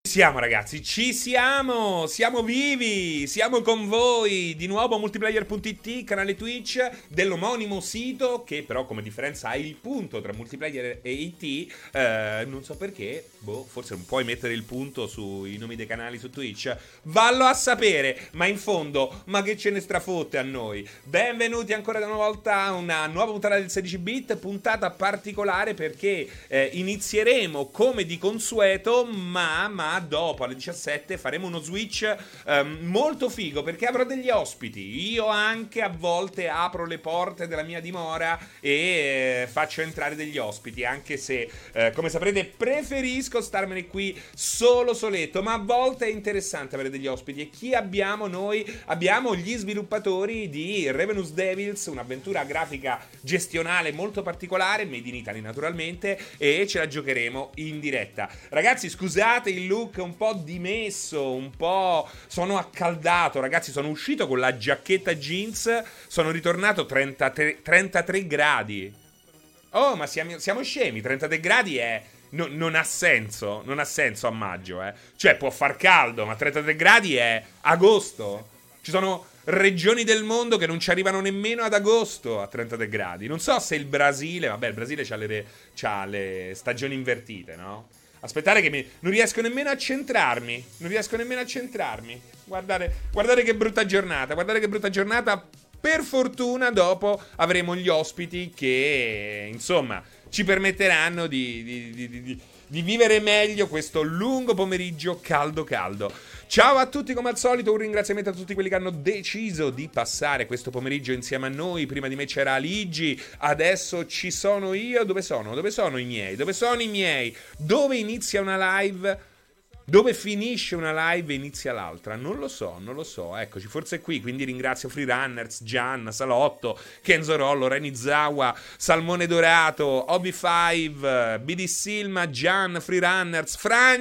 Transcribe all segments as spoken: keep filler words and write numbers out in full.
siamo ragazzi, ci siamo, siamo vivi, siamo con voi, di nuovo multiplayer punto it, canale Twitch dell'omonimo sito, che però come differenza ha il punto tra multiplayer e it, eh, non so perché, boh, forse non puoi mettere il punto sui nomi dei canali su Twitch, vallo a sapere, ma in fondo, ma che ce ne strafotte a noi. Benvenuti ancora una volta a una nuova puntata del sedici bit, puntata particolare perché eh, inizieremo come di consueto, ma, ma dopo alle diciassette faremo uno switch um, molto figo perché avrò degli ospiti. Io anche a volte apro le porte della mia dimora e eh, faccio entrare degli ospiti, anche se eh, come saprete preferisco starmene qui solo soletto, ma a volte è interessante avere degli ospiti. E chi abbiamo noi? Abbiamo gli sviluppatori di Ravenous Devils, un'avventura grafica gestionale molto particolare, made in Italy naturalmente, e ce la giocheremo in diretta. Ragazzi, scusate il look un po' dimesso, un po'... sono accaldato, ragazzi, sono uscito con la giacchetta jeans, sono ritornato trentatré, trentatré gradi. Oh, ma siamo, siamo scemi, trentatré gradi è... No, non ha senso, non ha senso a maggio, eh. Cioè, può far caldo, ma trentatré gradi è agosto. Ci sono regioni del mondo che non ci arrivano nemmeno ad agosto a trentatré gradi. Non so se il Brasile, vabbè, il Brasile c'ha le, c'ha le stagioni invertite, no? Aspettare che mi... non riesco nemmeno a centrarmi. Non riesco nemmeno a centrarmi. Guardate, guardate che brutta giornata. Guardate che brutta giornata. Per fortuna dopo avremo gli ospiti che, insomma, ci permetteranno di, di, di, di, di vivere meglio questo lungo pomeriggio caldo caldo. Ciao a tutti, come al solito un ringraziamento a tutti quelli che hanno deciso di passare questo pomeriggio insieme a noi. Prima di me c'era Aligi, adesso ci sono io. Dove sono? Dove sono i miei? Dove sono i miei? Dove inizia una live? Dove finisce una live e inizia l'altra? Non lo so, non lo so. Eccoci, forse è qui. Quindi ringrazio Freerunners, Gian, Salotto, Kenzo Rollo, Renizawa, Salmone Dorato, Obi cinque, B D Silma, Gian, Freerunners,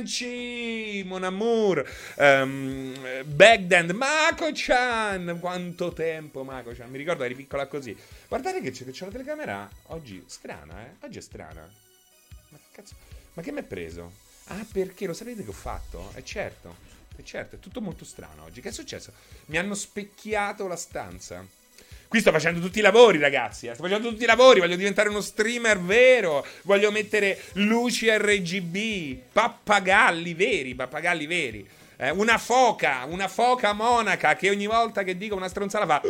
Franci, Mon Amour, um, Bagdand, Mako-chan. Quanto tempo, Mako-chan. Mi ricordo eri piccola così. Guardate che c'è, che c'è la telecamera oggi. Strana, eh? Oggi è strana. Ma che cazzo? Ma che mi è preso? Ah, perché? Lo sapete che ho fatto? Eh certo, è certo, è tutto molto strano oggi. Che è successo? Mi hanno specchiato la stanza. Qui sto facendo tutti i lavori, ragazzi, eh. Sto facendo tutti i lavori, voglio diventare uno streamer vero. Voglio mettere luci R G B, pappagalli veri, pappagalli veri. Eh, una foca, una foca monaca che ogni volta che dico una stronzata fa...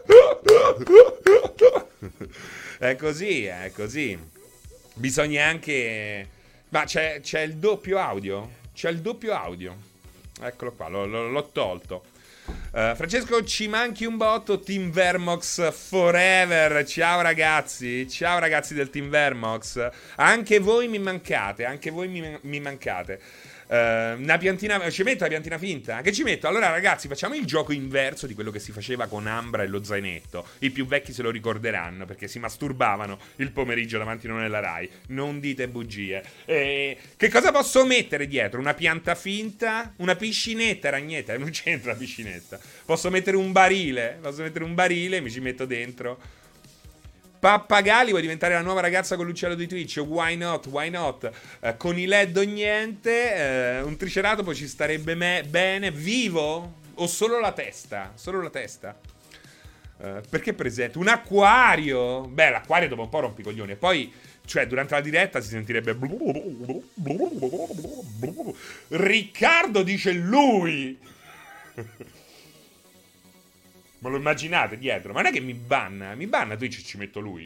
È così, è così. Bisogna anche... Ma c'è, c'è il doppio audio? C'è il doppio audio. Eccolo qua, lo, lo, l'ho tolto. Uh, Francesco, ci manchi un botto. Team Vermox forever. Ciao ragazzi. Ciao ragazzi del Team Vermox. Anche voi mi mancate. Anche voi mi, mi mancate. Uh, una piantina, ci metto la piantina finta? Che ci metto? Allora ragazzi, facciamo il gioco inverso di quello che si faceva con Ambra e lo zainetto. I più vecchi se lo ricorderanno perché si masturbavano il pomeriggio davanti a noi nella Rai. Non dite bugie. eh, Che cosa posso mettere dietro? Una pianta finta? Una piscinetta, ragnetta? Non c'entra la piscinetta. Posso mettere un barile? Posso mettere un barile, mi ci metto dentro. Pappagalli, vuoi diventare la nuova ragazza con l'uccello di Twitch? Why not? Why not? Uh, con i led o niente, uh, un triceratopo ci starebbe me- bene. Vivo? O solo la testa? Solo la testa? Uh, perché presente? Un acquario? Beh, l'acquario dopo un po' rompi i coglioni. E poi, cioè, durante la diretta si sentirebbe... Riccardo dice lui! Ma lo immaginate dietro? Ma non è che mi banna, mi banna Twitch e ci metto lui.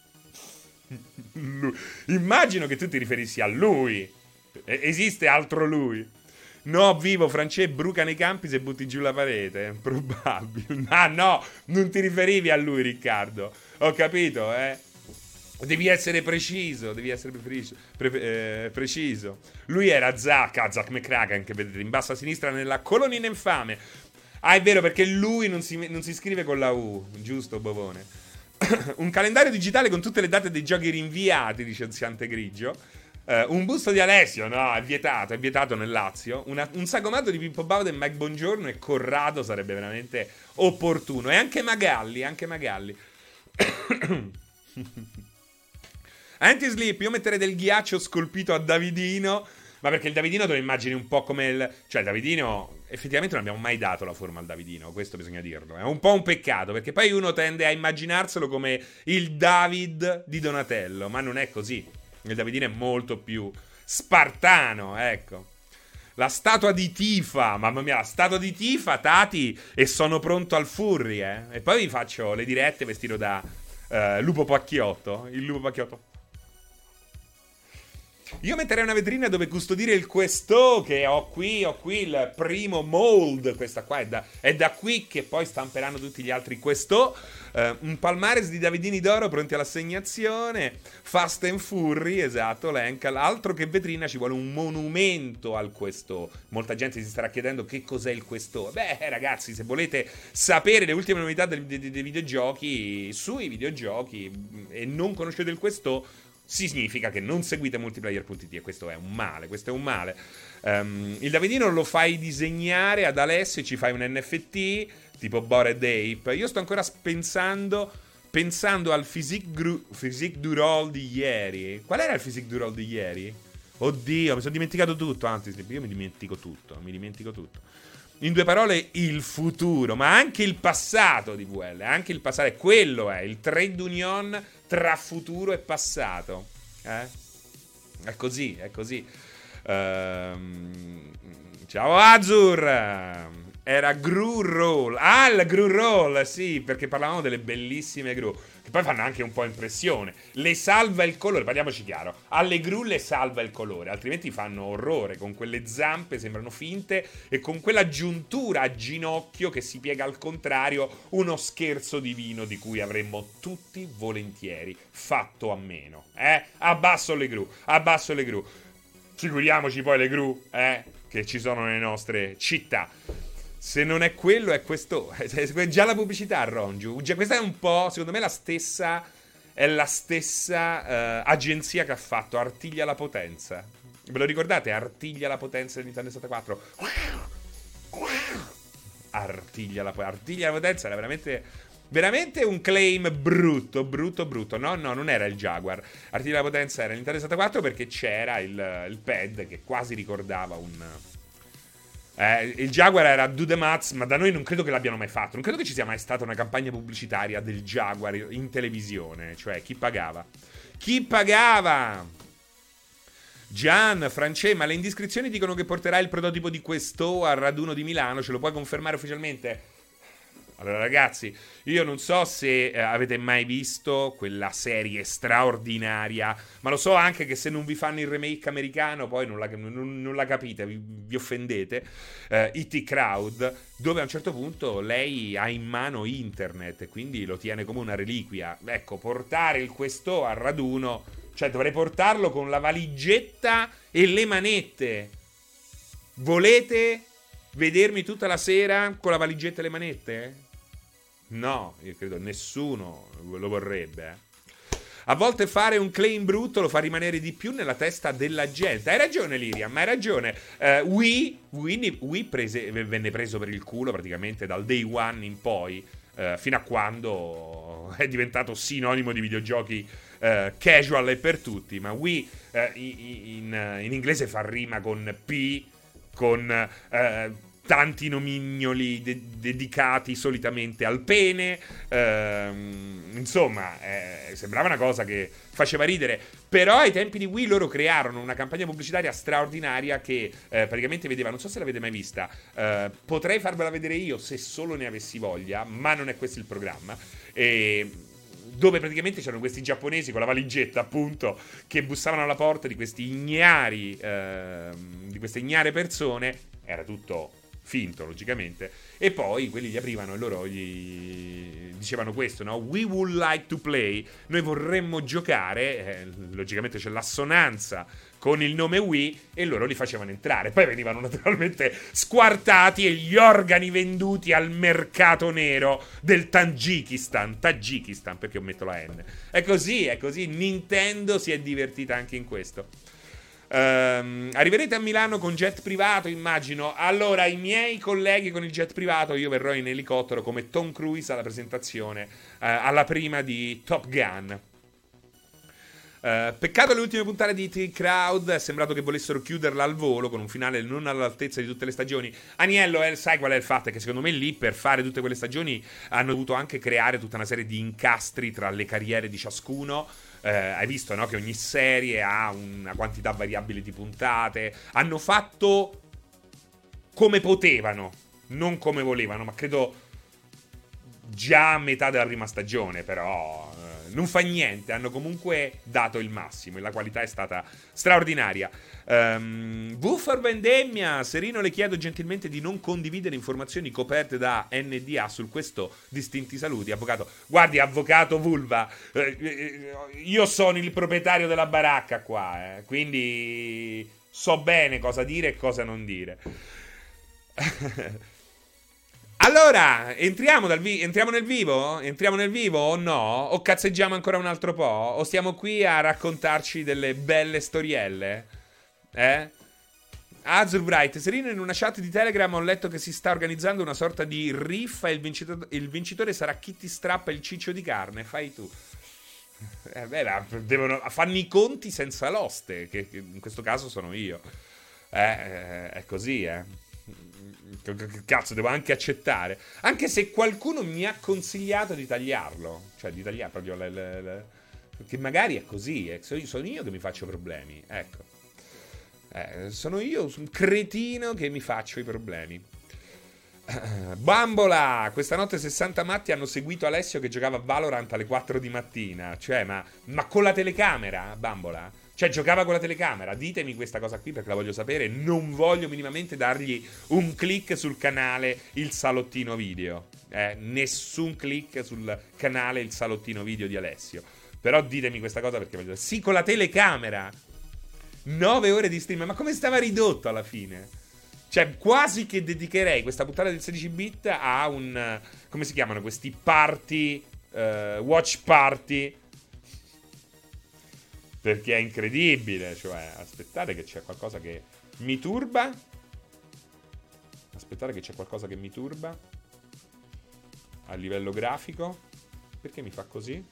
lui. Immagino che tu ti riferissi a lui. E- esiste altro lui? No, vivo, Francè bruca nei campi se butti giù la parete. Probabile. Ah no, non ti riferivi a lui, Riccardo. Ho capito, eh. Devi essere preciso, devi essere preciso. Pre- eh, preciso. Lui era Zack, Zack McCracken, che vedete in basso a sinistra nella colonnina infame. Ah, è vero, perché lui non si, non si scrive con la U, giusto, Bovone? Un calendario digitale con tutte le date dei giochi rinviati, dice Anziante Grigio. Uh, un busto di Alessio, no, è vietato, è vietato nel Lazio. Una, un sagomato di Pippo Baudo e Mike Bongiorno e Corrado sarebbe veramente opportuno. E anche Magalli, anche Magalli. Anti-sleep, io metterei del ghiaccio scolpito a Davidino. Ma perché il Davidino te lo immagini un po' come il... Cioè il Davidino, effettivamente non abbiamo mai dato la forma al Davidino, questo bisogna dirlo. È un po' un peccato, perché poi uno tende a immaginarselo come il David di Donatello, ma non è così. Il Davidino è molto più spartano, ecco. La statua di Tifa, mamma mia, la statua di Tifa, Tati, e sono pronto al furry, eh. E poi vi faccio le dirette vestito da uh, lupo pacchiotto, il lupo pacchiotto. Io metterei una vetrina dove custodire il Questo, che ho qui, ho qui il primo mold, questa qua è da, è da qui che poi stamperanno tutti gli altri Questo, uh, un palmares di Davidini d'oro pronti all'assegnazione, Fast and Furry, esatto, Lenk, altro che vetrina, ci vuole un monumento al Questo. Molta gente si starà chiedendo che cos'è il Questo. Beh ragazzi, se volete sapere le ultime novità dei, dei, dei videogiochi, sui videogiochi, e non conoscete il Questo, significa che non seguite multiplayer punto it, e questo è un male, questo è un male. Um, il Davidino lo fai disegnare ad Alessio e ci fai un N F T tipo Bored Ape. Io sto ancora pensando pensando al Physique, Gru- Physique du Roll di ieri. Qual era il Physique du Roll di ieri? Oddio, mi sono dimenticato tutto, anzi io mi dimentico tutto, mi dimentico tutto. In due parole, il futuro, ma anche il passato di V L, anche il passato, e quello è il trade union tra futuro e passato. Eh? È così, è così. Uh, ciao Azur! Era Gru Roll. Ah, il Gru Roll, sì, perché parlavamo delle bellissime Gru, che poi fanno anche un po' impressione. Le salva il colore, parliamoci chiaro. Alle Gru le salva il colore, altrimenti fanno orrore. Con quelle zampe sembrano finte e con quella giuntura a ginocchio che si piega al contrario, uno scherzo divino di cui avremmo tutti volentieri fatto a meno. Eh? Abbasso le Gru, abbasso le Gru. Figuriamoci poi le Gru, eh? Che ci sono nelle nostre città. Se non è quello, è questo. Già la pubblicità, Rongiu. Questa è un po', secondo me, la stessa. È la stessa uh, agenzia che ha fatto Artiglia la Potenza. Ve lo ricordate? Artiglia la Potenza del Nintendo sessantaquattro. Artiglia la, Artiglia la Potenza era veramente. Veramente un claim brutto, brutto, brutto. No, no, non era il Jaguar. Artiglia la Potenza era il Nintendo sessantaquattro perché c'era il, il pad che quasi ricordava un. Eh, il Jaguar era Do the Mats, ma da noi non credo che l'abbiano mai fatto. Non credo che ci sia mai stata una campagna pubblicitaria del Jaguar in televisione. Cioè, chi pagava? Chi pagava? Gian, France, ma le indiscrezioni dicono che porterà il prototipo di Questo al raduno di Milano. Ce lo puoi confermare ufficialmente? Allora ragazzi, io non so se eh, avete mai visto quella serie straordinaria, ma lo so anche che se non vi fanno il remake americano poi non la, non, non la capite, vi, vi offendete. eh, E T Crowd, dove a un certo punto lei ha in mano internet e quindi lo tiene come una reliquia. Ecco, portare il Questo al raduno, cioè dovrei portarlo con la valigetta e le manette. Volete vedermi tutta la sera con la valigetta e le manette? No, io credo nessuno lo vorrebbe. Eh. A volte fare un claim brutto lo fa rimanere di più nella testa della gente. Hai ragione, Liriam, hai ragione. Uh, Wii, Wii, Wii prese, venne preso per il culo praticamente dal day one in poi, uh, fino a quando è diventato sinonimo di videogiochi uh, casual e per tutti. Ma Wii uh, in, in inglese fa rima con P, con Uh, tanti nomignoli de- dedicati solitamente al pene, ehm, insomma eh, sembrava una cosa che faceva ridere, però ai tempi di Wii loro crearono una campagna pubblicitaria straordinaria che eh, praticamente vedeva, non so se l'avete mai vista, eh, potrei farvela vedere io se solo ne avessi voglia, ma non è questo il programma, e dove praticamente c'erano questi giapponesi con la valigetta appunto che bussavano alla porta di questi ignari eh, di queste ignare persone, era tutto finto logicamente, e poi quelli gli aprivano e loro gli dicevano questo, no? We would like to play, noi vorremmo giocare, eh, logicamente c'è l'assonanza con il nome Wii, e loro li facevano entrare, poi venivano naturalmente squartati e gli organi venduti al mercato nero del Tagikistan, Tagikistan perché ometto la N, è così, è così, Nintendo si è divertita anche in questo. Um, arriverete a Milano con jet privato, immagino. Allora, i miei colleghi con il jet privato, io verrò in elicottero come Tom Cruise alla presentazione, uh, alla prima di Top Gun. Uh, peccato le ultime puntate di T-Crowd, è sembrato che volessero chiuderla al volo con un finale non all'altezza di tutte le stagioni. Aniello, eh, sai qual è il fatto? È che secondo me lì per fare tutte quelle stagioni hanno dovuto anche creare tutta una serie di incastri tra le carriere di ciascuno. Uh, hai visto, no? Che ogni serie ha una quantità variabile di puntate. Hanno fatto come potevano, non come volevano, ma credo già a metà della prima stagione, però non fa niente, hanno comunque dato il massimo e la qualità è stata straordinaria. um, V for Vendemmia, Serino, le chiedo gentilmente di non condividere informazioni coperte da N D A su questo, distinti saluti, avvocato. Guardi, avvocato Vulva, eh, io sono il proprietario della baracca qua, eh, quindi so bene cosa dire e cosa non dire. Allora, entriamo, dal vi- entriamo nel vivo? Entriamo nel vivo o no? O cazzeggiamo ancora un altro po'? O stiamo qui a raccontarci delle belle storielle? Eh? Azurbright, Serino, in una chat di Telegram ho letto che si sta organizzando una sorta di riffa e il, vincito- il vincitore sarà chi ti strappa il ciccio di carne. Fai tu. Eh beh, devono, fanno i conti senza l'oste, che, che in questo caso sono io. Eh, è così, eh. Che cazzo, devo anche accettare. Anche se qualcuno mi ha consigliato di tagliarlo. Cioè di tagliare proprio le, le, le... Perché magari è così, eh. Sono io che mi faccio problemi. Ecco, eh, sono io un cretino che mi faccio i problemi. Bambola, questa notte sessanta matti hanno seguito Alessio che giocava a Valorant alle quattro di mattina. Cioè, ma, ma con la telecamera, Bambola? Cioè, giocava con la telecamera. Ditemi questa cosa qui perché la voglio sapere. Non voglio minimamente dargli un click sul canale Il Salottino Video. Eh, nessun click sul canale Il Salottino Video di Alessio. Però ditemi questa cosa perché voglio... Sì, con la telecamera. nove ore di stream. Ma come stava ridotto alla fine? Cioè, quasi che dedicherei questa puntata del sedici bit a un... Come si chiamano questi party? Uh, watch party. Perché è incredibile, cioè, aspettate che c'è qualcosa che mi turba. Aspettate che c'è qualcosa che mi turba. A livello grafico. Perché mi fa così?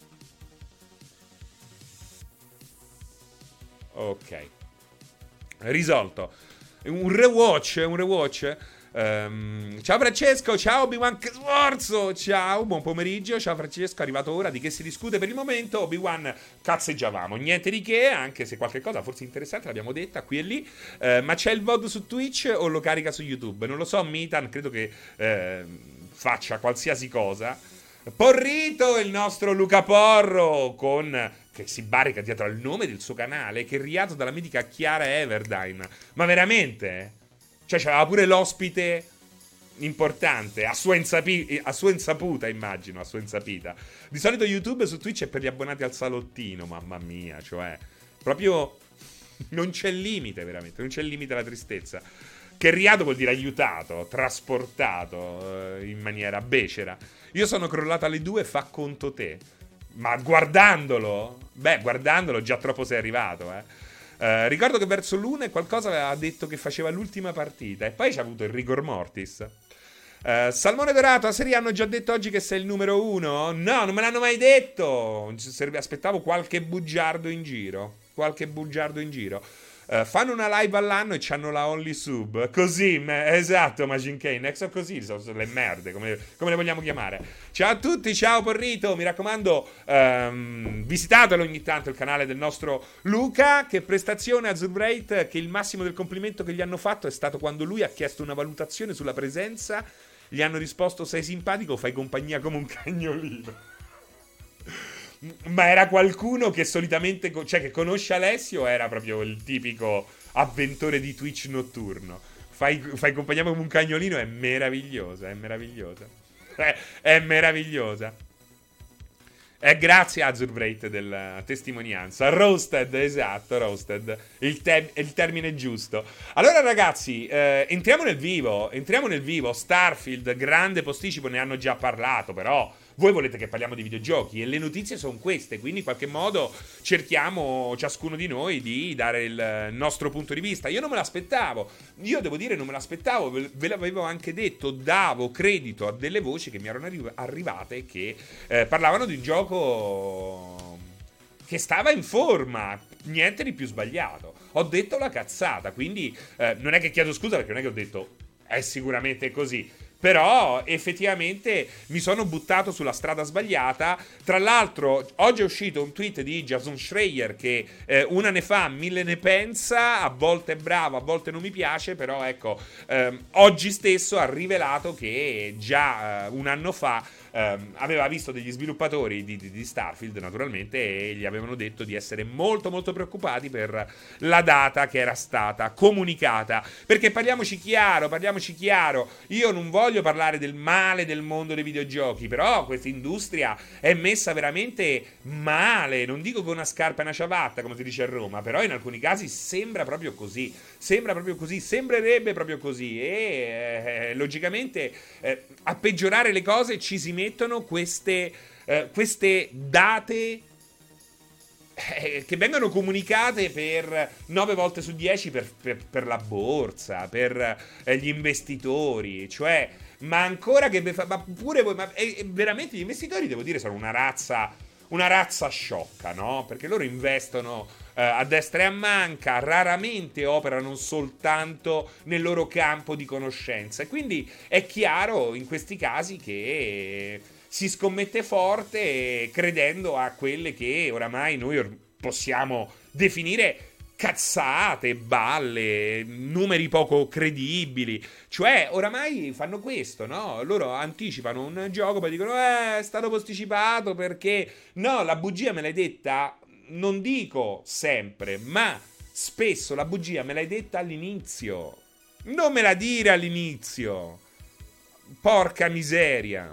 Ok. Risolto. Un rewatch, un rewatch. Um, ciao Francesco, ciao Obi-Wan Sforzo, ciao, buon pomeriggio, ciao Francesco, è arrivato ora di che si discute per il momento. Obi-Wan, cazzeggiavamo, niente di che, anche se qualche cosa forse interessante l'abbiamo detta qui e lì. uh, Ma c'è il V O D su Twitch o lo carica su YouTube? Non lo so, Mitan, credo che uh, faccia qualsiasi cosa. Porrito, il nostro Luca Porro, con... che si barrica dietro al nome del suo canale, che è riato dalla mitica Chiara Everdine. Ma veramente? Cioè c'aveva pure l'ospite importante, a sua, insapi- a sua insaputa, immagino, a sua insapita. Di solito YouTube su Twitch è per gli abbonati al salottino, mamma mia, cioè proprio non c'è limite, veramente, non c'è limite alla tristezza. Che riato vuol dire aiutato, trasportato eh, in maniera becera. Io sono crollato alle due, fa conto te. Ma guardandolo, beh, guardandolo già troppo sei arrivato, eh. Uh, ricordo che verso l'una qualcosa aveva detto che faceva l'ultima partita e poi c'ha avuto il rigor mortis. Uh, Salmone Dorato, a serie hanno già detto oggi che sei il numero uno? No, non me l'hanno mai detto. Aspettavo qualche bugiardo in giro. Qualche bugiardo in giro. Uh, fanno una live all'anno e c'hanno la only sub. Così, me, esatto, Magin Kane. Exo così, sono, sono le merde, come, come le vogliamo chiamare. Ciao a tutti, ciao Porrito. Mi raccomando, um, visitatelo ogni tanto il canale del nostro Luca. Che prestazione a Zurbrate, che il massimo del complimento che gli hanno fatto è stato quando lui ha chiesto una valutazione sulla presenza. Gli hanno risposto: sei simpatico, fai compagnia come un cagnolino. Ma era qualcuno che solitamente, cioè che conosce Alessio, era proprio il tipico avventore di Twitch notturno. Fai, fai compagnia come un cagnolino, è meravigliosa, è meravigliosa. È, è meravigliosa. E grazie a Azurbrate della testimonianza. Roasted, esatto, roasted. Il, te- il termine giusto. Allora ragazzi, eh, entriamo nel vivo. Entriamo nel vivo. Starfield, grande posticipo, ne hanno già parlato, però voi volete che parliamo di videogiochi e le notizie sono queste, quindi in qualche modo cerchiamo ciascuno di noi di dare il nostro punto di vista. Io non me l'aspettavo, io devo dire non me l'aspettavo, ve l'avevo anche detto, davo credito a delle voci che mi erano arri- arrivate che eh, parlavano di un gioco che stava in forma, niente di più sbagliato. Ho detto la cazzata, quindi eh, non è che chiedo scusa, perché non è che ho detto è sicuramente così. Però effettivamente mi sono buttato sulla strada sbagliata. Tra l'altro oggi è uscito un tweet di Jason Schreier che eh, una ne fa, mille ne pensa, a volte è bravo, a volte non mi piace, però ecco, ehm, oggi stesso ha rivelato che già eh, un anno fa ehm, aveva visto degli sviluppatori di, di, di Starfield, naturalmente, e gli avevano detto di essere molto molto preoccupati per la data che era stata comunicata. Perché parliamoci chiaro, parliamoci chiaro, io non voglio parlare del male del mondo dei videogiochi, però questa industria è messa veramente male, non dico con una scarpa e una ciabatta come si dice a Roma, però in alcuni casi sembra proprio così, sembra proprio così, sembrerebbe proprio così, e eh, logicamente eh, a peggiorare le cose ci si mettono queste, eh, queste date Eh, che vengono comunicate per nove volte su dieci per, per, per la borsa, per eh, gli investitori, cioè, ma ancora che, ma pure voi, ma eh, veramente gli investitori, devo dire, sono una razza, una razza sciocca, no? Perché loro investono eh, a destra e a manca, raramente operano soltanto nel loro campo di conoscenza, e quindi è chiaro in questi casi che si scommette forte credendo a quelle che oramai noi possiamo definire cazzate, balle, numeri poco credibili. Cioè, oramai fanno questo, no? Loro anticipano un gioco, poi dicono eh, è stato posticipato perché... No, la bugia me l'hai detta, non dico sempre, ma spesso la bugia me l'hai detta all'inizio. Non me la dire all'inizio. Porca miseria.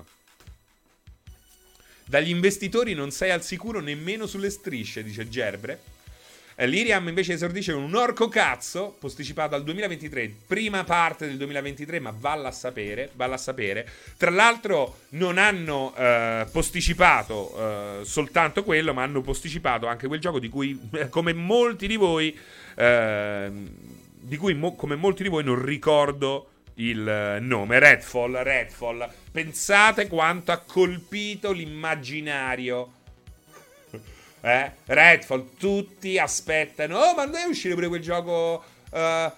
Dagli investitori non sei al sicuro nemmeno sulle strisce, dice Gerbre. Eh, Liriam invece esordisce con un orco cazzo, posticipato al duemilaventitré, prima parte del duemilaventitré, ma valla a sapere, valla a sapere. Tra l'altro non hanno eh, posticipato eh, soltanto quello, ma hanno posticipato anche quel gioco di cui, eh, come molti di voi, eh, di cui mo- come molti di voi non ricordo il nome. Redfall, Redfall. Pensate quanto ha colpito l'immaginario. Eh? Redfall, tutti aspettano. Oh, ma non deve uscire pure quel gioco uh,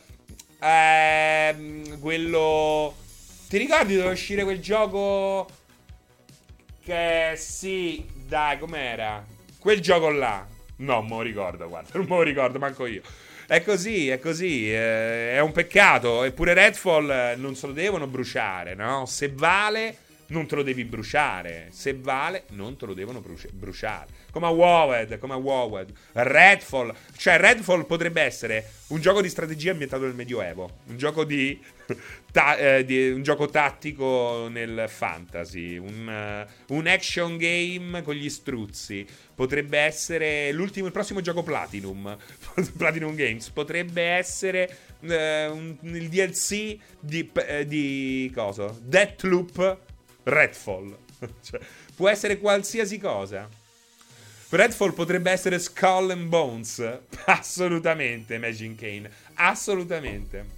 ehm, quello... Ti ricordi dove uscire quel gioco che sì, dai, com'era? Quel gioco là. No, me lo ricordo, guarda, non me lo ricordo manco io. È così, è così, eh, è un peccato. Eppure Redfall eh, non se lo devono bruciare, no? Se vale, non te lo devi bruciare. Se vale, non te lo devono bruci- bruciare. Come a WoW, come a WoW. Redfall, cioè Redfall potrebbe essere un gioco di strategia ambientato nel Medioevo. Un gioco di... Ta- eh, di un gioco tattico nel fantasy, un, uh, un action game con gli struzzi. Potrebbe essere l'ultimo, il prossimo gioco Platinum Platinum Games. Potrebbe essere uh, un, il D L C di, uh, di cosa? Deathloop Redfall. Cioè, può essere qualsiasi cosa. Redfall potrebbe essere Skull and Bones. Assolutamente, Imagine Kane. Assolutamente.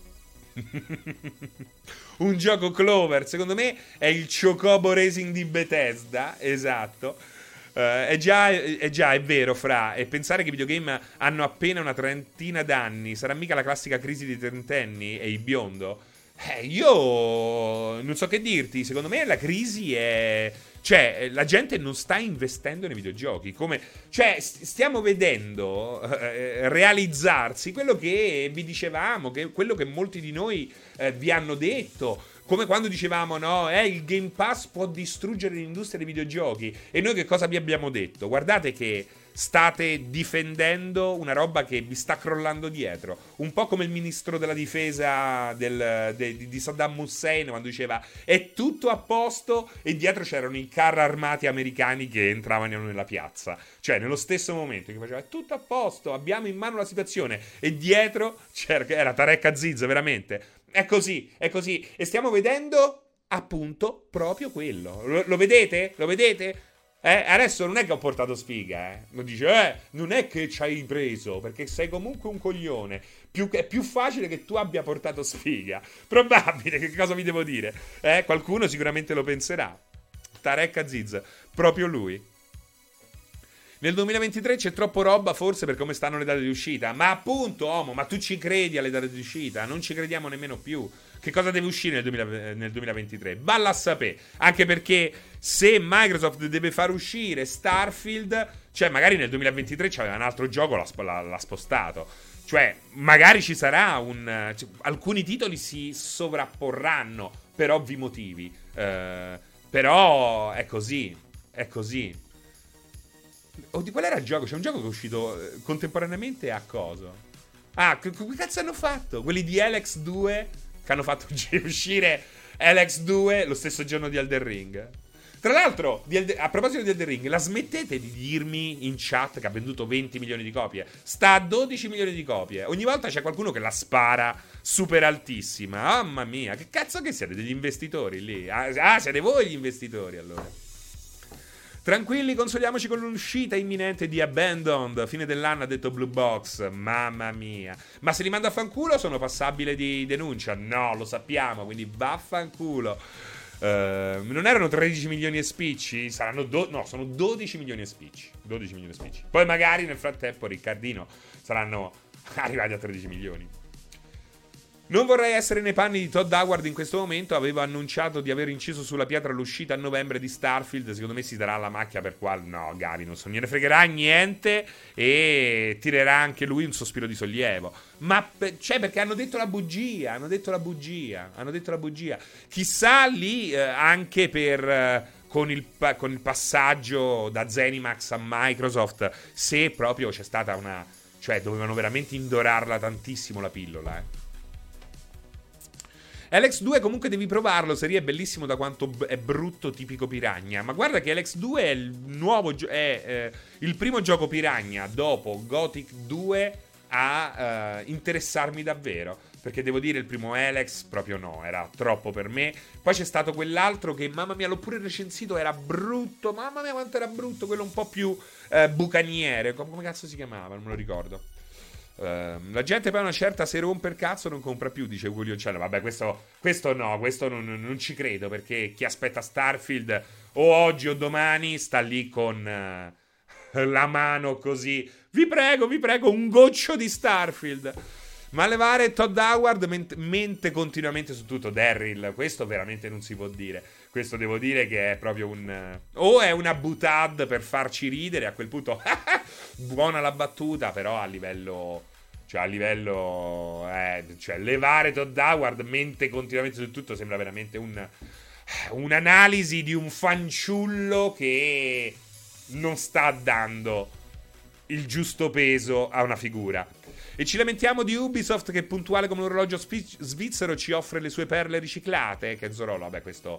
Un gioco Clover, secondo me è il Chocobo Racing di Bethesda. Esatto. uh, è, già, è già è vero, fra. E pensare che i videogame hanno appena una trentina d'anni, sarà mica la classica crisi dei trentenni e il biondo? Eh, io non so che dirti. Secondo me la crisi è... Cioè, la gente non sta investendo nei videogiochi. Come, cioè, stiamo vedendo eh, realizzarsi quello che vi dicevamo, che, quello che molti di noi eh, vi hanno detto. Come quando dicevamo, no, eh, il Game Pass può distruggere l'industria dei videogiochi. E noi che cosa vi abbiamo detto? Guardate che state difendendo una roba che vi sta crollando dietro. Un po' come il ministro della difesa del, de, di Saddam Hussein, quando diceva è tutto a posto, e dietro c'erano i carri armati americani che entravano nella piazza. Cioè, nello stesso momento che faceva è tutto a posto, abbiamo in mano la situazione, e dietro c'era, era Tarek Aziz, veramente. È così, è così. E stiamo vedendo appunto proprio quello. Lo, lo vedete? Lo vedete? Eh, adesso non è che ho portato sfiga, eh. Non dice, eh, non è che ci hai preso, perché sei comunque un coglione. Più, è più facile che tu abbia portato sfiga. Probabile, che cosa vi devo dire? Eh, qualcuno sicuramente lo penserà. Tarek Aziz, proprio lui. Nel duemilaventitré c'è troppo roba, forse per come stanno le date di uscita. Ma appunto, Omo, ma tu ci credi alle date di uscita? Non ci crediamo nemmeno più. Che cosa deve uscire nel, duemila, nel duemilaventitré? Valla a sapere. Anche perché se Microsoft deve far uscire Starfield, cioè magari nel duemilaventitré c'aveva un altro gioco, l'ha, l'ha, l'ha spostato. Cioè, magari ci sarà un... Cioè, alcuni titoli si sovrapporranno per ovvi motivi. Eh, però è così. È così. Oddio, qual era il gioco? C'è un gioco che è uscito eh, contemporaneamente a coso. Ah, che, che cazzo hanno fatto? Quelli di Alex due che hanno fatto uscire Alex due lo stesso giorno di Elden Ring. Tra l'altro, di Elden, a proposito di Elden Ring, la smettete di dirmi in chat che ha venduto venti milioni di copie? Sta a dodici milioni di copie. Ogni volta c'è qualcuno che la spara super altissima. Mamma mia, che cazzo che siete? Degli investitori lì? Ah, ah siete voi gli investitori allora. Tranquilli, consoliamoci con l'uscita imminente di Abandoned. Fine dell'anno, ha detto Blue Box. Mamma mia. Ma se li manda a fanculo sono passabile di denuncia? No, lo sappiamo, quindi vaffanculo. Uh, non erano tredici milioni e spicci? Saranno do- no, sono dodici milioni e spicci. dodici milioni e spicci. Poi magari nel frattempo, Riccardino, saranno arrivati a tredici milioni. Non vorrei essere nei panni di Todd Howard in questo momento. Avevo annunciato di aver inciso sulla pietra l'uscita a novembre di Starfield. Secondo me si darà la macchia per qual... No, Gavi, non so, gliene fregherà niente. E tirerà anche lui un sospiro di sollievo. Ma per... cioè perché hanno detto la bugia. Hanno detto la bugia. Hanno detto la bugia. Chissà lì eh, anche per... Eh, con, il, con il passaggio da Zenimax a Microsoft, se proprio c'è stata una... Cioè dovevano veramente indorarla tantissimo la pillola, eh. Alex due comunque devi provarlo, serie è bellissimo da quanto b- è brutto tipico Piranha. Ma guarda che Alex due è il nuovo gio- è eh, il primo gioco Piranha dopo Gothic due a uh, interessarmi davvero. Perché devo dire il primo Alex proprio no, era troppo per me. Poi c'è stato quell'altro che mamma mia l'ho pure recensito, era brutto, mamma mia quanto era brutto, quello un po' più uh, bucaniere, come, come cazzo si chiamava, non me lo ricordo. Uh, la gente poi una certa se rompe il cazzo non compra più, dice Guglioncello. Vabbè, questo, questo no, questo non, non ci credo, perché chi aspetta Starfield o oggi o domani sta lì con uh, la mano così. Vi prego, vi prego, un goccio di Starfield. Ma levare Todd Howard mente, mente continuamente su tutto. Daryl, questo veramente non si può dire. Questo devo dire che è proprio un... O è una butad per farci ridere, a quel punto buona la battuta, però a livello... Cioè a livello... Eh, cioè levare Todd Howard mente continuamente su tutto sembra veramente un... Un'analisi di un fanciullo che non sta dando il giusto peso a una figura. E ci lamentiamo di Ubisoft che puntuale come un orologio spi- svizzero ci offre le sue perle riciclate. Kenzorolo, vabbè questo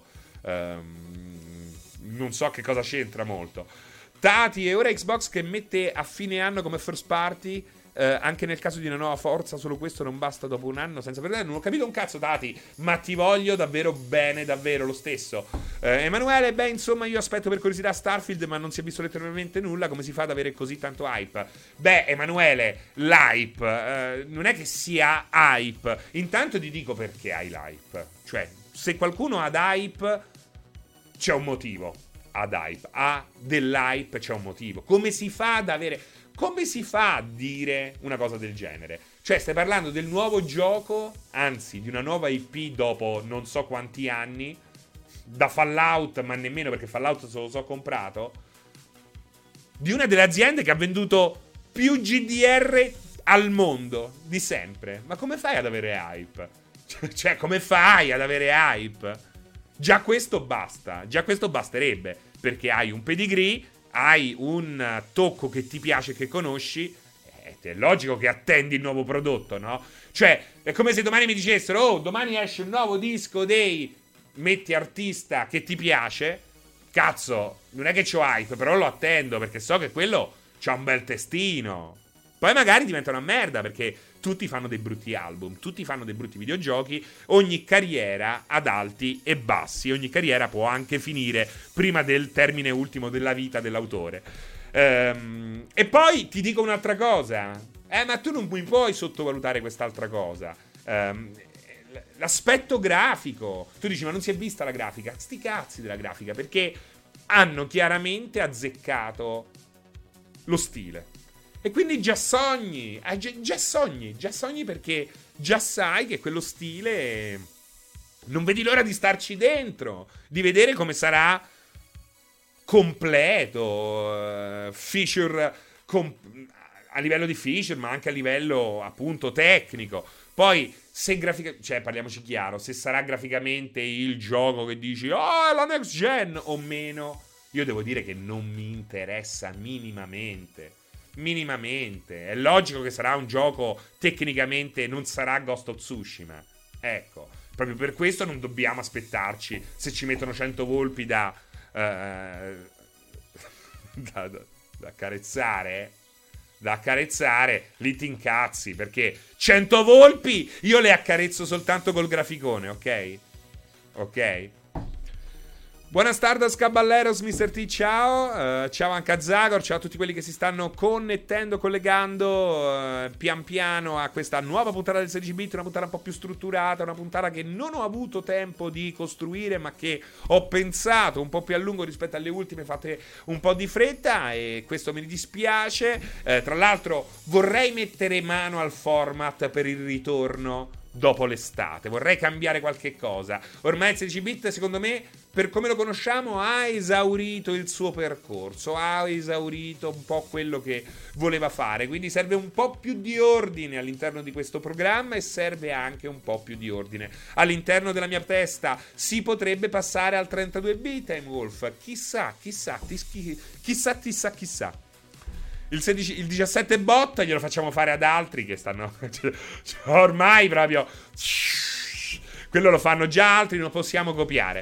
um, non so che cosa c'entra molto. Tati, e ora Xbox che mette a fine anno come first party eh, anche nel caso di una nuova Forza, solo questo non basta dopo un anno senza perdere. Non ho capito un cazzo, Tati, ma ti voglio davvero bene, davvero lo stesso. eh, Emanuele, beh insomma io aspetto per curiosità Starfield, ma non si è visto letteralmente nulla. Come si fa ad avere così tanto hype? Beh Emanuele, l'hype eh, non è che sia hype. Intanto ti dico perché hai l'hype. Cioè se qualcuno ha hype c'è un motivo. Ad hype, ha dell'hype, c'è un motivo. Come si fa ad avere... Come si fa a dire una cosa del genere? Cioè, stai parlando del nuovo gioco, anzi, di una nuova I P dopo non so quanti anni, da Fallout, ma nemmeno perché Fallout se lo so comprato, di una delle aziende che ha venduto più G D R al mondo, di sempre. Ma come fai ad avere hype? Cioè, come fai ad avere hype? Già questo basta, già questo basterebbe, perché hai un pedigree, hai un tocco che ti piace, che conosci, è logico che attendi il nuovo prodotto, no? Cioè, è come se domani mi dicessero, oh, domani esce un nuovo disco dei metti artista che ti piace, cazzo, non è che c'ho hype, però lo attendo, perché so che quello c'ha un bel testino. Poi magari diventa una merda, perché tutti fanno dei brutti album, tutti fanno dei brutti videogiochi, ogni carriera ad alti e bassi, ogni carriera può anche finire prima del termine ultimo della vita dell'autore. Ehm, e poi ti dico un'altra cosa, eh ma tu non mi puoi sottovalutare quest'altra cosa, ehm, l'aspetto grafico. Tu dici ma non si è vista la grafica? Sti cazzi della grafica, perché hanno chiaramente azzeccato lo stile. E quindi già sogni, eh, già, già sogni, già sogni perché già sai che quello stile non vedi l'ora di starci dentro, di vedere come sarà completo, uh, feature com- a livello di feature, ma anche a livello appunto tecnico. Poi se graficamente, cioè parliamoci chiaro, se sarà graficamente il gioco che dici "Oh, è la next gen" o meno, io devo dire che non mi interessa minimamente. Minimamente. È logico che sarà un gioco tecnicamente, non sarà Ghost of Tsushima. Ecco, proprio per questo non dobbiamo aspettarci se ci mettono cento volpi da uh, da, da, da accarezzare, da accarezzare, lì ti incazzi, perché cento volpi io le accarezzo soltanto col graficone, ok? Ok? Buona Stardust Caballeros, mister T, ciao. Uh, ciao anche a Zagor, ciao a tutti quelli che si stanno connettendo, collegando uh, pian piano a questa nuova puntata del sedici bit, una puntata un po' più strutturata, una puntata che non ho avuto tempo di costruire, ma che ho pensato un po' più a lungo rispetto alle ultime fatte un po' di fretta, e questo mi dispiace. Uh, tra l'altro vorrei mettere mano al format per il ritorno dopo l'estate, vorrei cambiare qualche cosa. Ormai il sedici bit, secondo me, per come lo conosciamo, ha esaurito il suo percorso, ha esaurito un po' quello che voleva fare, quindi serve un po' più di ordine all'interno di questo programma e serve anche un po' più di ordine all'interno della mia testa. Si potrebbe passare al trentadue bit, Time Wolf, chissà, chissà, chissà, chissà, chissà, chissà. Il, sedici, il diciassette bot glielo facciamo fare ad altri che stanno ormai proprio quello lo fanno già altri, non possiamo copiare.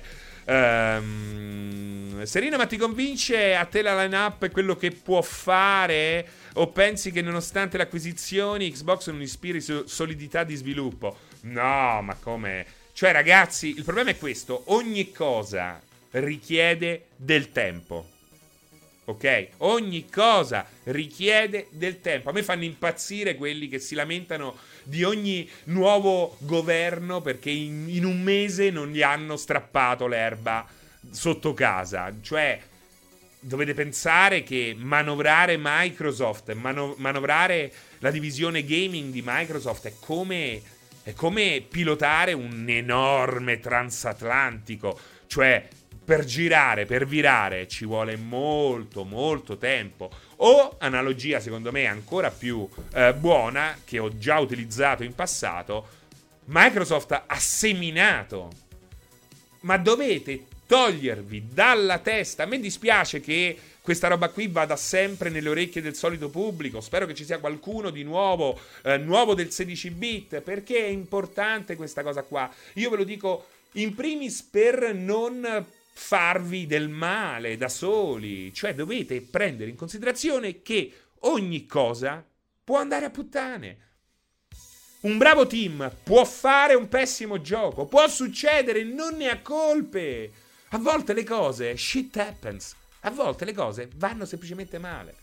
um, Serena, ma ti convince a te la line-up e quello che può fare, o pensi che nonostante le acquisizioni Xbox non ispiri solidità di sviluppo? No, ma come? Cioè ragazzi, il problema è questo: ogni cosa richiede del tempo. Ok? Ogni cosa richiede del tempo. A me fanno impazzire quelli che si lamentano di ogni nuovo governo perché in, in un mese non gli hanno strappato l'erba sotto casa. Cioè, dovete pensare che manovrare Microsoft, mano, manovrare la divisione gaming di Microsoft è come, è come pilotare un enorme transatlantico. Cioè, per girare, per virare ci vuole molto, molto tempo. O, analogia secondo me ancora più eh, buona, che ho già utilizzato in passato, Microsoft ha seminato. Ma dovete togliervi dalla testa. A me dispiace che questa roba qui vada sempre nelle orecchie del solito pubblico. Spero che ci sia qualcuno di nuovo, eh, nuovo del sedici bit, perché è importante questa cosa qua. Io ve lo dico in primis per non farvi del male da soli. Cioè dovete prendere in considerazione che ogni cosa può andare a puttane. Un bravo team può fare un pessimo gioco, può succedere, non ne ha colpe. A volte le cose, shit happens, a volte le cose vanno semplicemente male.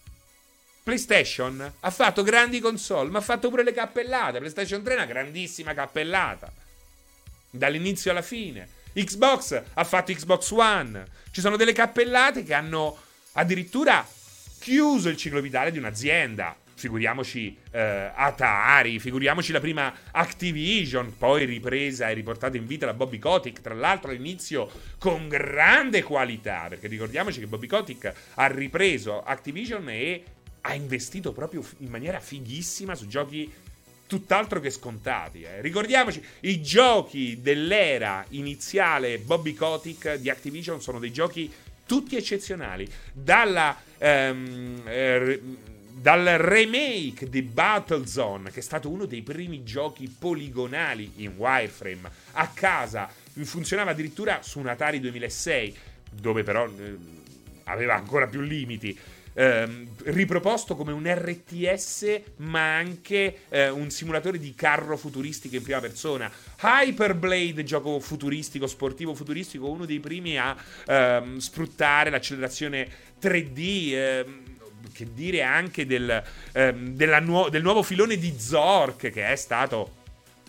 PlayStation ha fatto grandi console, ma ha fatto pure le cappellate. PlayStation tre è una grandissima cappellata dall'inizio alla fine. Xbox ha fatto Xbox One. Ci sono delle cappellate che hanno addirittura chiuso il ciclo vitale di un'azienda. Figuriamoci eh, Atari, figuriamoci la prima Activision, poi ripresa e riportata in vita da Bobby Kotick, tra l'altro all'inizio con grande qualità, perché ricordiamoci che Bobby Kotick ha ripreso Activision e ha investito proprio in maniera fighissima su giochi tutt'altro che scontati. Eh. Ricordiamoci, i giochi dell'era iniziale Bobby Kotick di Activision sono dei giochi tutti eccezionali. Dalla, ehm, eh, dal remake di Battlezone, che è stato uno dei primi giochi poligonali in wireframe a casa, funzionava addirittura su un Atari duemilasei, dove però eh, aveva ancora più limiti. Eh, riproposto come un R T S, ma anche eh, un simulatore di carro futuristico in prima persona. Hyperblade, gioco futuristico, sportivo futuristico, uno dei primi a ehm, sfruttare l'accelerazione tre D. Ehm, che dire anche del, ehm, della nuo- del nuovo filone di Zork, che è stato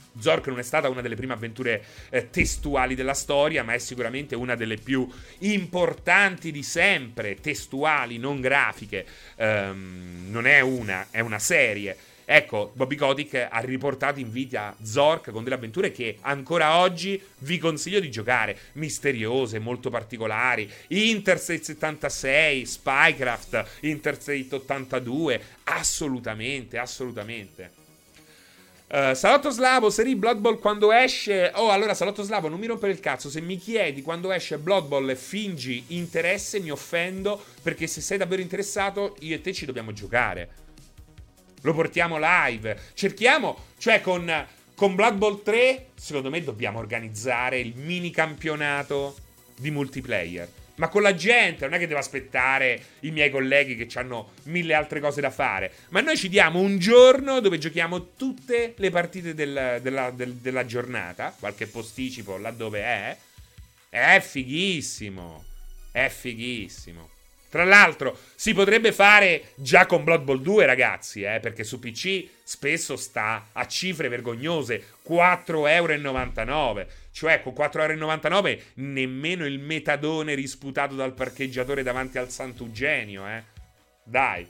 Zork non è stata una delle prime avventure eh, testuali della storia, ma è sicuramente una delle più importanti di sempre, testuali, non grafiche. Um, non è una, è una serie. Ecco, Bobby Kotick ha riportato in vita Zork con delle avventure che ancora oggi vi consiglio di giocare. Misteriose, molto particolari. Interstate settantasei, Spycraft, Interstate ottantadue. Assolutamente, assolutamente. Uh, Salotto Slavo, serie Blood Bowl quando esce. Oh, allora Salotto Slavo, non mi rompere il cazzo. Se mi chiedi quando esce Blood Bowl e fingi interesse, mi offendo. Perché se sei davvero interessato, io e te ci dobbiamo giocare. Lo portiamo live. Cerchiamo, cioè con, con Blood Bowl tre, secondo me dobbiamo organizzare il mini campionato di multiplayer. Ma con la gente, non è che devo aspettare i miei colleghi che hanno mille altre cose da fare. Ma noi ci diamo un giorno dove giochiamo tutte le partite del, della, del, della giornata. Qualche posticipo laddove è. È fighissimo. È fighissimo. Tra l'altro, si potrebbe fare già con Blood Bowl due, ragazzi, eh, perché su P C spesso sta a cifre vergognose, quattro e novantanove euro. Cioè, con quattro e novantanove euro nemmeno il metadone risputato dal parcheggiatore davanti al Sant'Eugenio, eh. Dai.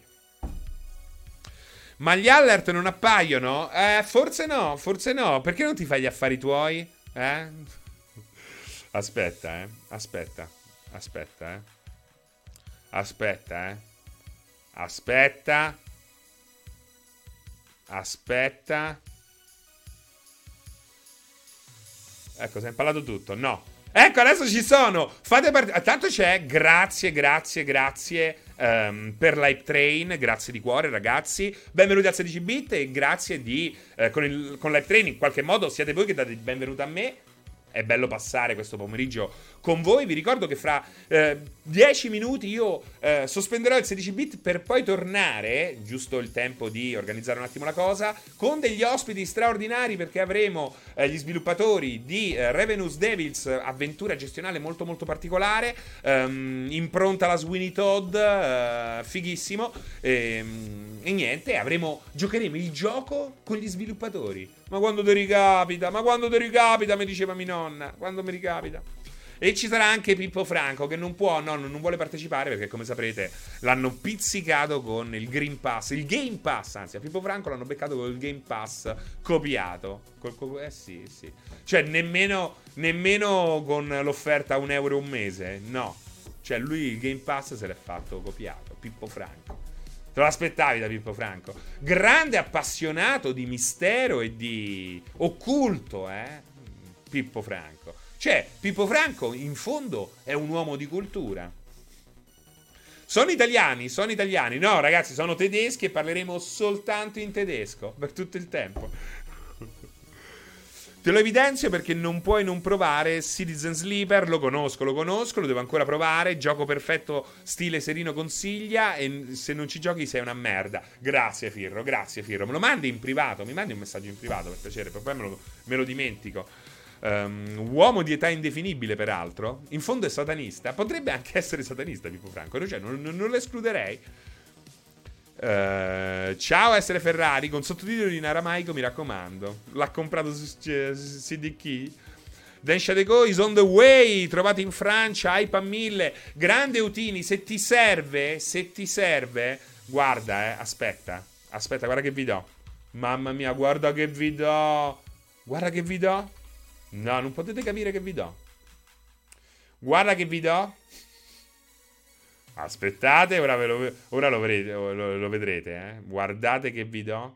Ma gli alert non appaiono? Eh, forse no, forse no. Perché non ti fai gli affari tuoi? Eh? Aspetta, eh. Aspetta. Aspetta, eh. Aspetta, eh. Aspetta. Aspetta. Ecco, si è impallato tutto. No. Ecco, adesso ci sono. Fate partire. Tanto c'è. Grazie, grazie, grazie um, per l'Hype Train. Grazie di cuore, ragazzi. Benvenuti al sedici bit e grazie di... Eh, con, il, con l'Hype Train, in qualche modo, siete voi che date il benvenuto a me. È bello passare questo pomeriggio con voi. Vi ricordo che fra eh, dieci minuti io eh, sospenderò il sedici bit per poi tornare, giusto il tempo di organizzare un attimo la cosa, con degli ospiti straordinari, perché avremo eh, gli sviluppatori di eh, Ravenous Devils, avventura gestionale molto molto particolare, ehm, impronta la Sweeney Todd, eh, fighissimo, e, e niente, avremo, giocheremo il gioco con gli sviluppatori. Ma quando ti ricapita? Ma quando ti ricapita? Mi diceva mia nonna. Quando mi ricapita? E ci sarà anche Pippo Franco, che non può, no, non vuole partecipare perché, come saprete, l'hanno pizzicato con il Green Pass, il Game Pass, anzi, a Pippo Franco l'hanno beccato con il Game Pass copiato. Col, eh sì, sì. Cioè, nemmeno, nemmeno con l'offerta a un euro un mese, no. Cioè, lui il Game Pass se l'è fatto copiato, Pippo Franco. Te lo aspettavi da Pippo Franco? Grande appassionato di mistero e di occulto, eh? Pippo Franco. Cioè, Pippo Franco, in fondo, è un uomo di cultura. Sono italiani, sono italiani. No, ragazzi, sono tedeschi e parleremo soltanto in tedesco per tutto il tempo. Te lo evidenzio perché non puoi non provare Citizen Sleeper. Lo conosco, lo conosco, lo devo ancora provare. Gioco perfetto stile Serino consiglia. E se non ci giochi sei una merda. Grazie Firro, grazie Firro. Me lo mandi in privato, mi mandi un messaggio in privato per piacere, poi me lo, me lo dimentico. um, Uomo di età indefinibile peraltro. In fondo è satanista. Potrebbe anche essere satanista Pippo Franco, cioè, non, non, non lo escluderei. Uh, ciao essere Ferrari con sottotitoli in aramaico, mi raccomando. L'ha comprato su C D K. Densha Deco is on the way. Trovate in Francia, hype a mille. Grande Utini, se ti serve, se ti serve, guarda, eh, aspetta. Aspetta, guarda che vi do. Mamma mia, guarda che vi do. Guarda che vi do. No, non potete capire che vi do. Guarda che vi do. Aspettate, ora, ve lo, ora lo, vedrete, lo, lo vedrete, eh. Guardate che vi do.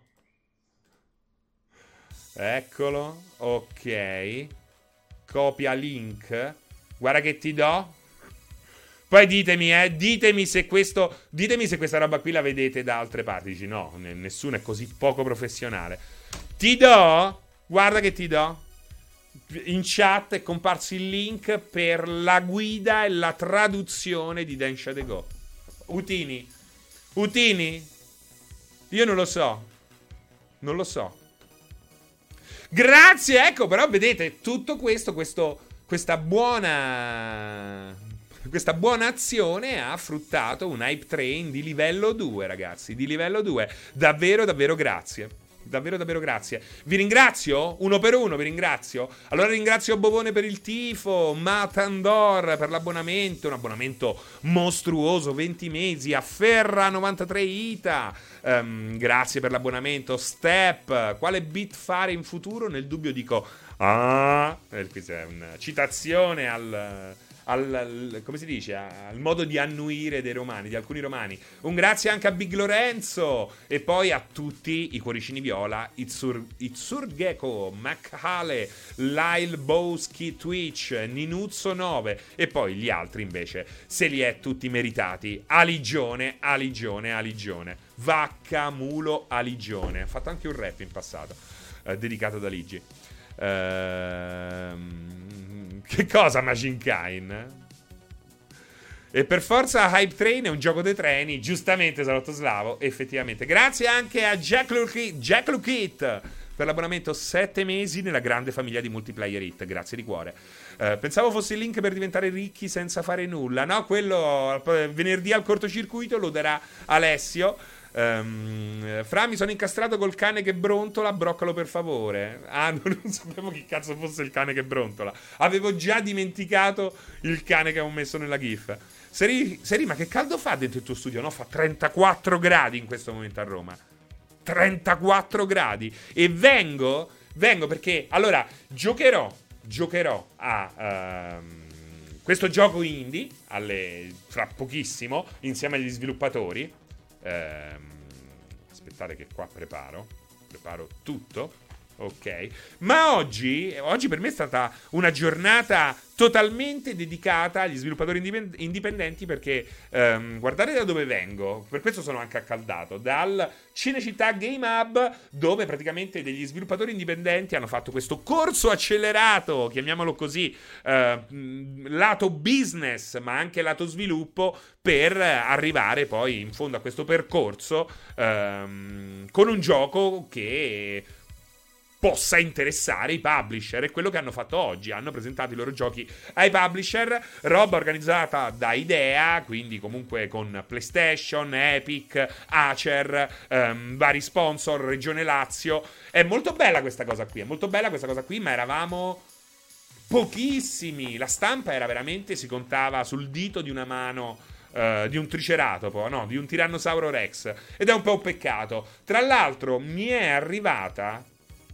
Eccolo. Ok. Copia link. Guarda che ti do. Poi ditemi, eh. Ditemi se questo. Ditemi se questa roba qui la vedete da altre parti. Dici no, n- nessuno è così poco professionale. Ti do. Guarda che ti do. In chat è comparso il link per la guida e la traduzione di Densha de Go. Utini, Utini, io non lo so, non lo so. Grazie, ecco, però vedete tutto questo, questo questa buona questa buona azione ha fruttato un hype train di livello due, ragazzi, di livello due. Davvero, davvero grazie. Davvero, davvero grazie. Vi ringrazio, uno per uno, vi ringrazio. Allora ringrazio Bovone per il tifo, Matandor per l'abbonamento, un abbonamento mostruoso, venti mesi, Afferra novantatré Ita, um, grazie per l'abbonamento, Step, quale beat fare in futuro? Nel dubbio dico, ah, eh, questa è una citazione al... Al, al, come si dice, al modo di annuire dei romani, di alcuni romani. Un grazie anche a Big Lorenzo e poi a tutti i cuoricini viola, Itzur, Itzur Gecko, Macale, Lyle Bowski, Twitch, Ninuzzo nove e poi gli altri invece se li è tutti meritati. Aligione, Aligione, Aligione, Vacca, Mulo, Aligione. Ha fatto anche un rap in passato eh, dedicato ad Aligi. Ehm Che cosa Machine Kine? E per forza Hype Train è un gioco dei treni. Giustamente Salotto Slavo, effettivamente. Grazie anche a Jack Lukit, Jack Lukit per l'abbonamento sette mesi nella grande famiglia di Multiplayer Hit. Grazie di cuore. Uh, pensavo fosse il link per diventare ricchi senza fare nulla. No, quello venerdì al cortocircuito lo darà Alessio. Um, Fra, mi sono incastrato col cane che brontola, broccalo per favore. Ah, non, non sapevo chi cazzo fosse il cane che brontola. Avevo già dimenticato il cane che avevo messo nella gif. Seri, Seri, ma che caldo fa dentro il tuo studio? No, fa trentaquattro gradi in questo momento a Roma. trentaquattro gradi. E vengo, vengo perché, allora, giocherò, giocherò a... Um, questo gioco indie alle, fra pochissimo insieme agli sviluppatori. Ehm, aspettate che qua preparo preparo tutto, ok, ma oggi oggi per me è stata una giornata totalmente dedicata agli sviluppatori indipend- indipendenti perché ehm, guardate da dove vengo, per questo sono anche accaldato, dal Cinecittà Game Hub, dove praticamente degli sviluppatori indipendenti hanno fatto questo corso accelerato, chiamiamolo così, eh, lato business ma anche lato sviluppo, per arrivare poi in fondo a questo percorso ehm, con un gioco che possa interessare i publisher. È quello che hanno fatto oggi, hanno presentato i loro giochi ai publisher, roba organizzata da Idea, quindi comunque con PlayStation, Epic, Acer, ehm, vari sponsor, Regione Lazio. È molto bella questa cosa qui, è molto bella questa cosa qui, ma eravamo pochissimi, la stampa era veramente, si contava sul dito di una mano. Uh, di un triceratopo, no, di un tirannosauro rex, ed è un po' un peccato. Tra l'altro mi è arrivata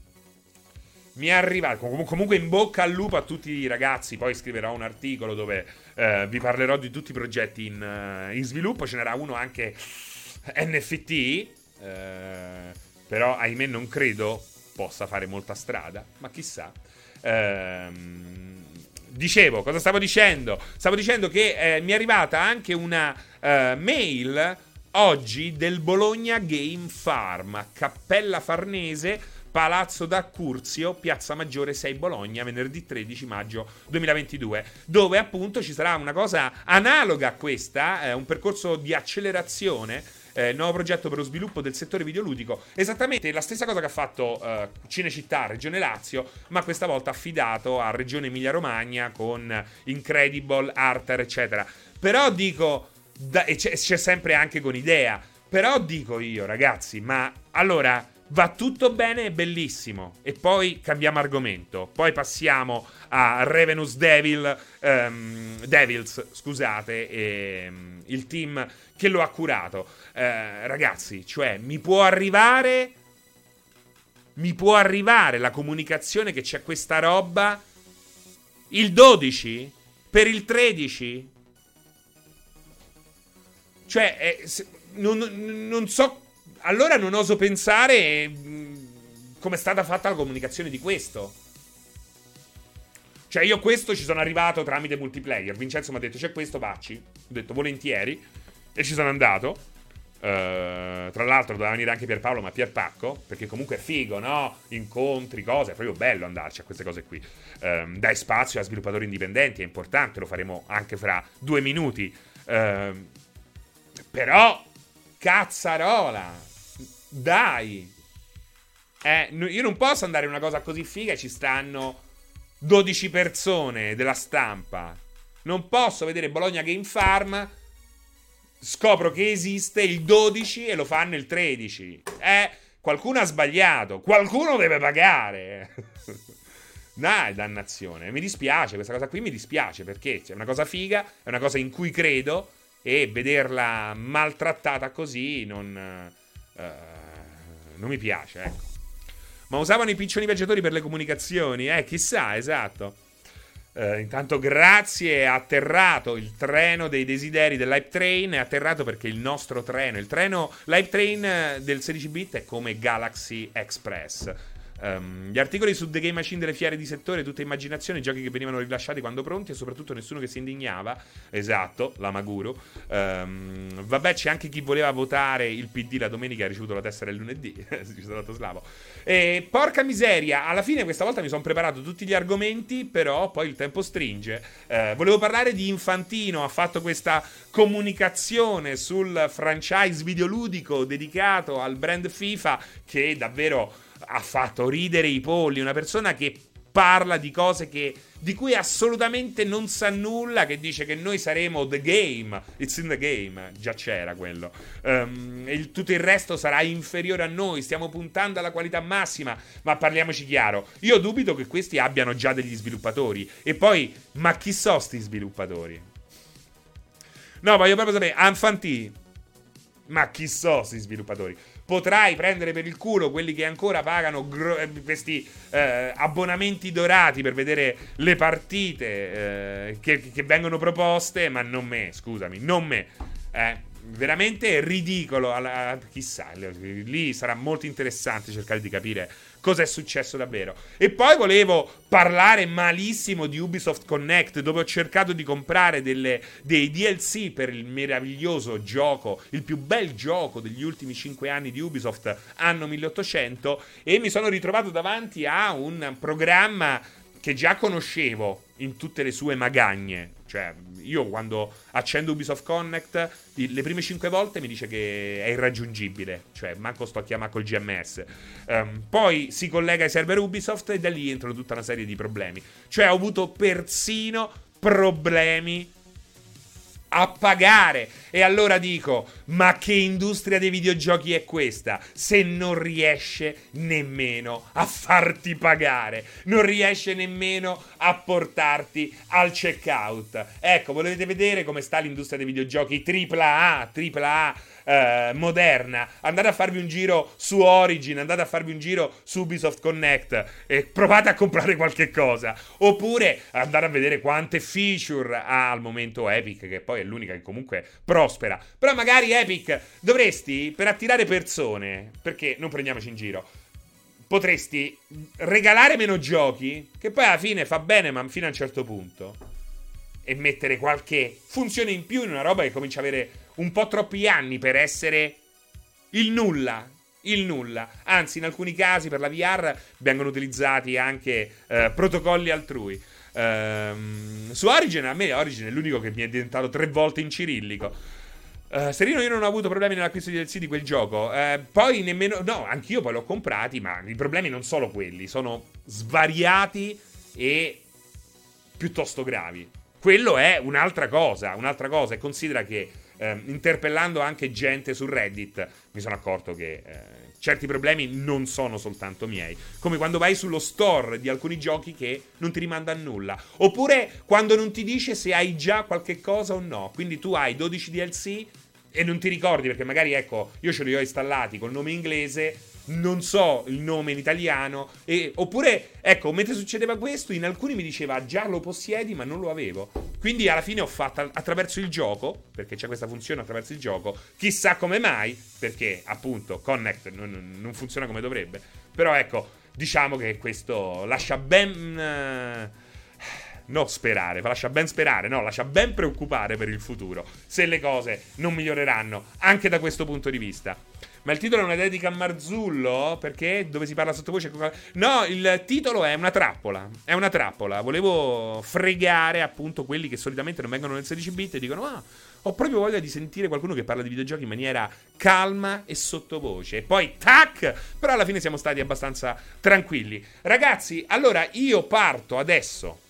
mi è arrivata com- comunque in bocca al lupo a tutti i ragazzi. Poi scriverò un articolo dove uh, vi parlerò di tutti i progetti in, uh, in sviluppo. Ce n'era uno anche N F T, uh, però ahimè non credo possa fare molta strada, ma chissà. Ehm Dicevo, cosa stavo dicendo? Stavo dicendo che eh, mi è arrivata anche una uh, mail oggi del Bologna Game Farm, Cappella Farnese, Palazzo d'Accurzio, Piazza Maggiore sei Bologna, venerdì tredici maggio duemilaventidue, dove appunto ci sarà una cosa analoga a questa, eh, un percorso di accelerazione. Eh, nuovo progetto per lo sviluppo del settore videoludico, esattamente la stessa cosa che ha fatto eh, Cinecittà, Regione Lazio, ma questa volta affidato a Regione Emilia Romagna con Incredible, Arter, eccetera. Però dico, da, e c'è, c'è sempre anche con Idea, però dico io, ragazzi, ma allora va tutto bene e bellissimo, e poi cambiamo argomento, poi passiamo a Ravenous Devil, um, Devils, scusate, e, um, il team che lo ha curato. Uh, ragazzi, cioè, mi può arrivare, mi può arrivare la comunicazione che c'è questa roba il dodici per il tredici? Cioè, eh, se, non, non so... Allora non oso pensare mh, come è stata fatta la comunicazione di questo. Cioè io questo ci sono arrivato tramite multiplayer. Vincenzo mi ha detto c'è questo, vacci. Ho detto volentieri. E ci sono andato. uh, Tra l'altro doveva venire anche Pierpaolo, ma Pierpacco, perché comunque è figo, no? Incontri, cose, è proprio bello andarci a queste cose qui. uh, Dai spazio a sviluppatori indipendenti, è importante. Lo faremo anche fra due minuti. uh, Però cazzarola, dai, eh, io non posso andare in una cosa così figa e ci stanno dodici persone della stampa. Non posso vedere Bologna Game Farm, scopro che esiste il dodici e lo fanno il tredici. Eh, qualcuno ha sbagliato, qualcuno deve pagare. Dai, dannazione, mi dispiace, questa cosa qui mi dispiace, perché è una cosa figa, è una cosa in cui credo, e vederla maltrattata così non, uh, non mi piace, ecco. Ma usavano i piccioni viaggiatori per le comunicazioni? Eh, chissà, esatto. Uh, intanto grazie, è atterrato il treno dei desideri dell'Hype Train, è atterrato perché il nostro treno, il treno l'Hype Train del sedici bit è come Galaxy Express. Um, gli articoli su The Game Machine delle fiere di settore, tutta immaginazione, giochi che venivano rilasciati quando pronti e soprattutto nessuno che si indignava. Esatto, la Maguru. Um, vabbè, c'è anche chi voleva votare il P D la domenica e ha ricevuto la tessera il lunedì. Ci sono dato slavo. E porca miseria, alla fine questa volta mi sono preparato tutti gli argomenti, però poi il tempo stringe. Uh, volevo parlare di Infantino, ha fatto questa comunicazione sul franchise videoludico dedicato al brand FIFA che davvero ha fatto ridere i polli. Una persona che parla di cose che, di cui assolutamente non sa nulla, che dice che noi saremo the game, it's in the game, già c'era quello, um, il, tutto il resto sarà inferiore a noi, stiamo puntando alla qualità massima. Ma parliamoci chiaro, io dubito che questi abbiano già degli sviluppatori, e poi, ma chi so sti sviluppatori? No, voglio proprio sapere, Infantino, ma chi so sti sviluppatori? Potrai prendere per il culo quelli che ancora pagano gro- questi eh, abbonamenti dorati per vedere le partite eh, che, che vengono proposte, ma non me, scusami, non me. Eh, veramente ridicolo. Alla, chissà, lì sarà molto interessante cercare di capire cosa è successo davvero. E poi volevo parlare malissimo di Ubisoft Connect, dove ho cercato di comprare delle, dei D L C per il meraviglioso gioco, il più bel gioco degli ultimi cinque anni di Ubisoft, anno milleottocento, e mi sono ritrovato davanti a un programma che già conoscevo in tutte le sue magagne. Cioè, io quando accendo Ubisoft Connect, le prime cinque volte mi dice che è irraggiungibile. Cioè, manco sto a chiamare col G M S. Um, poi si collega ai server Ubisoft e da lì entrano tutta una serie di problemi. Cioè, ho avuto persino problemi a pagare. E allora dico, ma che industria dei videogiochi è questa, se non riesce nemmeno a farti pagare, non riesce nemmeno a portarti al checkout? Ecco, volete vedere come sta l'industria dei videogiochi tripla A, tripla A eh, moderna? Andate a farvi un giro su Origin, andate a farvi un giro su Ubisoft Connect e provate a comprare qualche cosa, oppure andare a vedere quante feature ha al momento Epic, che poi è l'unica che comunque prospera. Però magari Epic dovresti, per attirare persone, perché non prendiamoci in giro, potresti regalare meno giochi, che poi alla fine fa bene, ma fino a un certo punto, e mettere qualche funzione in più in una roba che comincia a avere un po' troppi anni per essere il nulla. Il nulla. Anzi, in alcuni casi per la V R vengono utilizzati anche eh, protocolli altrui. Um, su Origin, a me Origin è l'unico che mi è diventato tre volte in cirillico. uh, Serino, io non ho avuto problemi nell'acquisto di D L C di quel gioco. uh, Poi nemmeno, no, anch'io poi l'ho comprati, ma i problemi non sono quelli, sono svariati e piuttosto gravi. Quello è un'altra cosa, un'altra cosa. E considera che uh, interpellando anche gente su Reddit mi sono accorto che uh, certi problemi non sono soltanto miei. Come quando vai sullo store di alcuni giochi che non ti rimanda a nulla. Oppure quando non ti dice se hai già qualche cosa o no. Quindi tu hai dodici D L C e non ti ricordi, perché magari, ecco, io ce li ho installati col nome inglese, non so il nome in italiano. E, oppure, ecco, mentre succedeva questo, in alcuni mi diceva già lo possiedi, ma non lo avevo. Quindi alla fine ho fatto attraverso il gioco, perché c'è questa funzione attraverso il gioco, chissà come mai, perché appunto Connect non, non funziona come dovrebbe. Però ecco, diciamo che questo lascia ben uh, no sperare, lascia ben sperare, no, lascia ben preoccupare per il futuro, se le cose non miglioreranno anche da questo punto di vista. Ma il titolo è una dedica a Marzullo? Perché? Dove si parla sottovoce? No, il titolo è una trappola. È una trappola. Volevo fregare appunto quelli che solitamente non vengono nel sedici bit e dicono: ah, ho proprio voglia di sentire qualcuno che parla di videogiochi in maniera calma e sottovoce. E poi, tac! Però alla fine siamo stati abbastanza tranquilli. Ragazzi, allora io parto adesso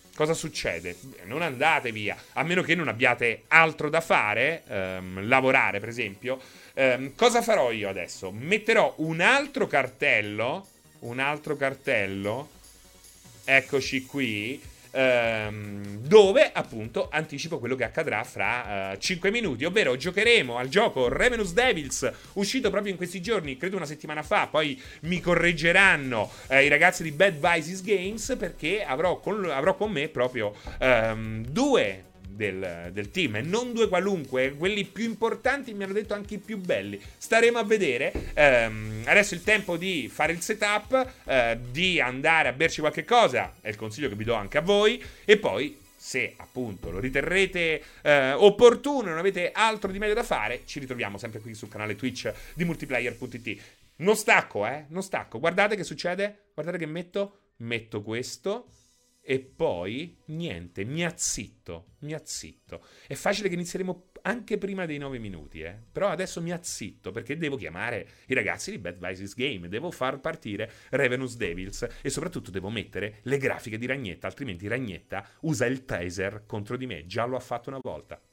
cosa succede? Non andate via, a meno che non abbiate altro da fare, ehm, lavorare per esempio. Ehm, cosa farò io adesso? Metterò un altro cartello, un altro cartello, eccoci qui, ehm, dove appunto anticipo quello che accadrà fra uh, cinque minuti, ovvero giocheremo al gioco Ravenous Devils, uscito proprio in questi giorni, credo una settimana fa. Poi mi correggeranno eh, i ragazzi di Bad Vices Games, perché avrò con, avrò con me proprio um, due Del, del team, e non due qualunque, quelli più importanti, mi hanno detto anche i più belli. Staremo a vedere. Ehm, adesso è il tempo di fare il setup, eh, di andare a berci qualche cosa, è il consiglio che vi do anche a voi, e poi, se appunto lo riterrete eh, opportuno e non avete altro di meglio da fare, ci ritroviamo sempre qui sul canale Twitch di multiplayer punto it. Non stacco, eh, non stacco. Guardate che succede, guardate che metto, metto questo e poi niente, mi azzitto, mi azzitto. È facile che inizieremo anche prima dei nove minuti, eh. Però adesso mi azzitto perché devo chiamare i ragazzi di Bad Vices Game, devo far partire Ravenous Devils e soprattutto devo mettere le grafiche di Ragnetta, altrimenti Ragnetta usa il taser contro di me, già lo ha fatto una volta.